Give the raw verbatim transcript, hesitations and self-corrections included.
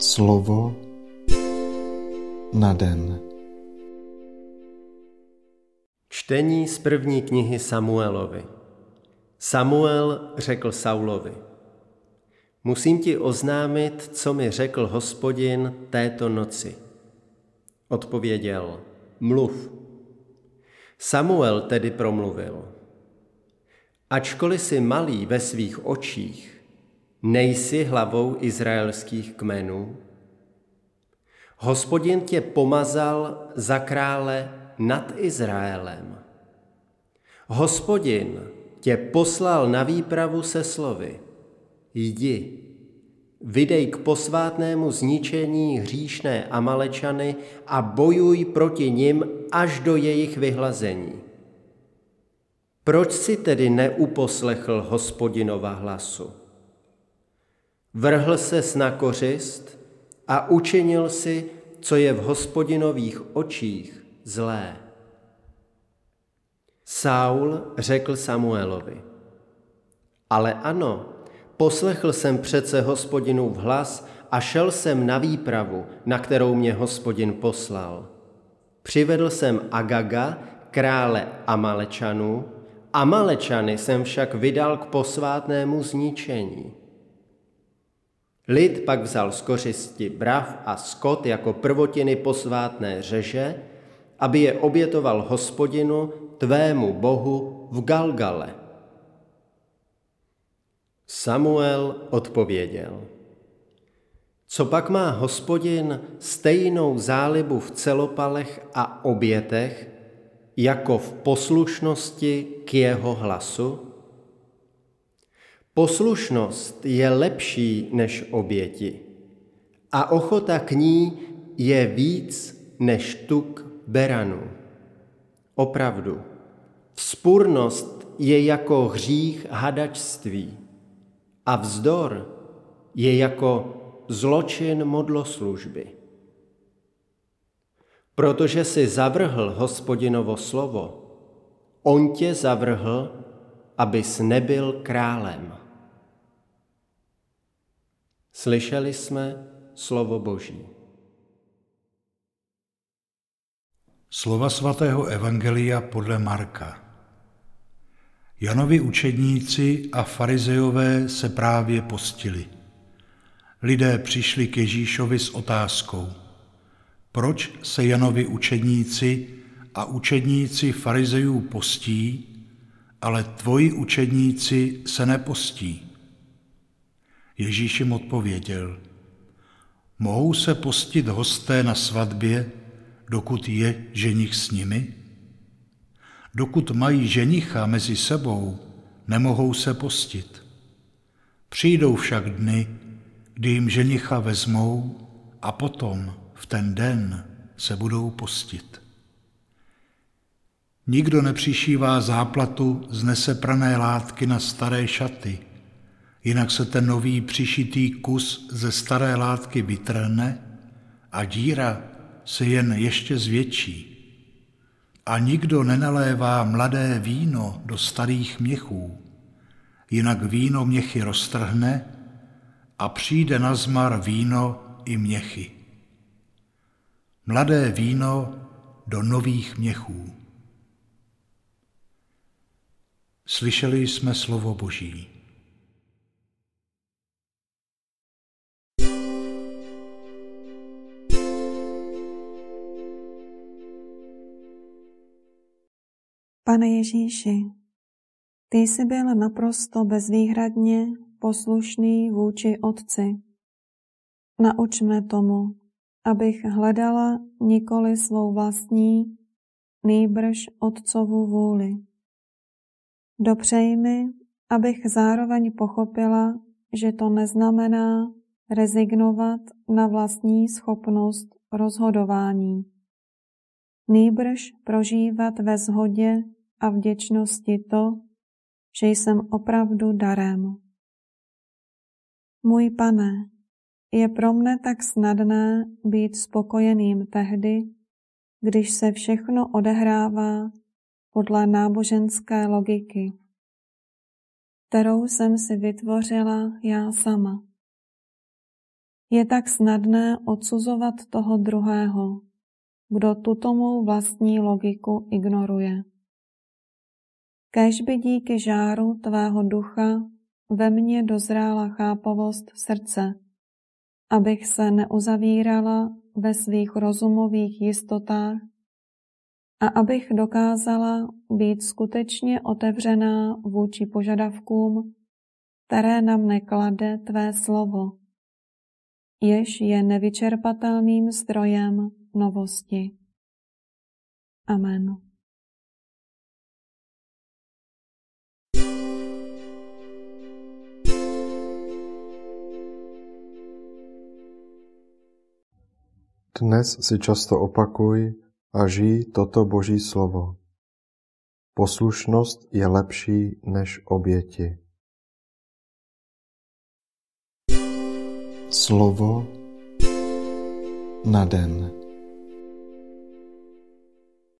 Slovo na den. Čtení z první knihy Samuelovi. Samuel řekl Saulovi: Musím ti oznámit, co mi řekl Hospodin této noci. Odpověděl: Mluv. Samuel tedy promluvil: Ačkoliv jsi malý ve svých očích, nejsi hlavou izraelských kmenů? Hospodin tě pomazal za krále nad Izraelem. Hospodin tě poslal na výpravu se slovy: Jdi, vydej k posvátnému zničení hříšné Amalečany a bojuj proti nim až do jejich vyhlazení. Proč si tedy neuposlechl Hospodinova hlasu? Vrhl ses na kořist a učinil si, co je v Hospodinových očích zlé. Saul řekl Samuelovi: Ale ano, poslechl jsem přece Hospodinův hlas a šel jsem na výpravu, na kterou mě Hospodin poslal. Přivedl jsem Agaga, krále Amalečanů, Amalečany jsem však vydal k posvátnému zničení. Lid pak vzal z kořisti brav a skot jako prvotiny posvátné řeže, aby je obětoval Hospodinu, tvému Bohu, v Galgale. Samuel odpověděl: Co pak má Hospodin stejnou zálibu v celopalech a obětech, jako v poslušnosti k jeho hlasu? Poslušnost je lepší než oběti a ochota k ní je víc než tuk beranů. Opravdu, vzpurnost je jako hřích hadačství a vzdor je jako zločin modloslužby. Protože jsi zavrhl Hospodinovo slovo, on tě zavrhl, abys nebyl králem. Slyšeli jsme slovo Boží. Slova svatého evangelia podle Marka. Janovi učedníci a farizejové se právě postili. Lidé přišli k Ježíšovi s otázkou: Proč se Janovi učedníci a učedníci farizejů postí, ale tvoji učedníci se nepostí? Ježíš jim odpověděl: Mohou se postit hosté na svatbě, dokud je ženich s nimi? Dokud mají ženicha mezi sebou, nemohou se postit. Přijdou však dny, kdy jim ženicha vezmou, a potom v ten den se budou postit. Nikdo nepřišívá záplatu z neseprané látky na staré šaty, jinak se ten nový přišitý kus ze staré látky vytrhne a díra se jen ještě zvětší. A nikdo nenalévá mladé víno do starých měchů, jinak víno měchy roztrhne a přijde na zmar víno i měchy. Mladé víno do nových měchů. Slyšeli jsme slovo Boží. Pane Ježíši, ty jsi byl naprosto bezvýhradně poslušný vůči Otci. Nauč mne tomu, abych hledala nikoli svou vlastní, nýbrž Otcovu vůli. Dopřej mi, abych zároveň pochopila, že to neznamená rezignovat na vlastní schopnost rozhodování, nýbrž prožívat ve shodě a vděčnosti to, že jsem opravdu darem. Můj Pane, je pro mne tak snadné být spokojeným tehdy, když se všechno odehrává podle náboženské logiky, kterou jsem si vytvořila já sama. Je tak snadné odsuzovat toho druhého, kdo tuto mou vlastní logiku ignoruje. Kéž by díky žáru tvého ducha ve mně dozrála chápavost srdce, abych se neuzavírala ve svých rozumových jistotách a abych dokázala být skutečně otevřená vůči požadavkům, které na mne klade tvé slovo, jež je nevyčerpatelným zdrojem novosti. Amen. Dnes si často opakuj a žij toto Boží slovo. Poslušnost je lepší než oběti. Slovo na den.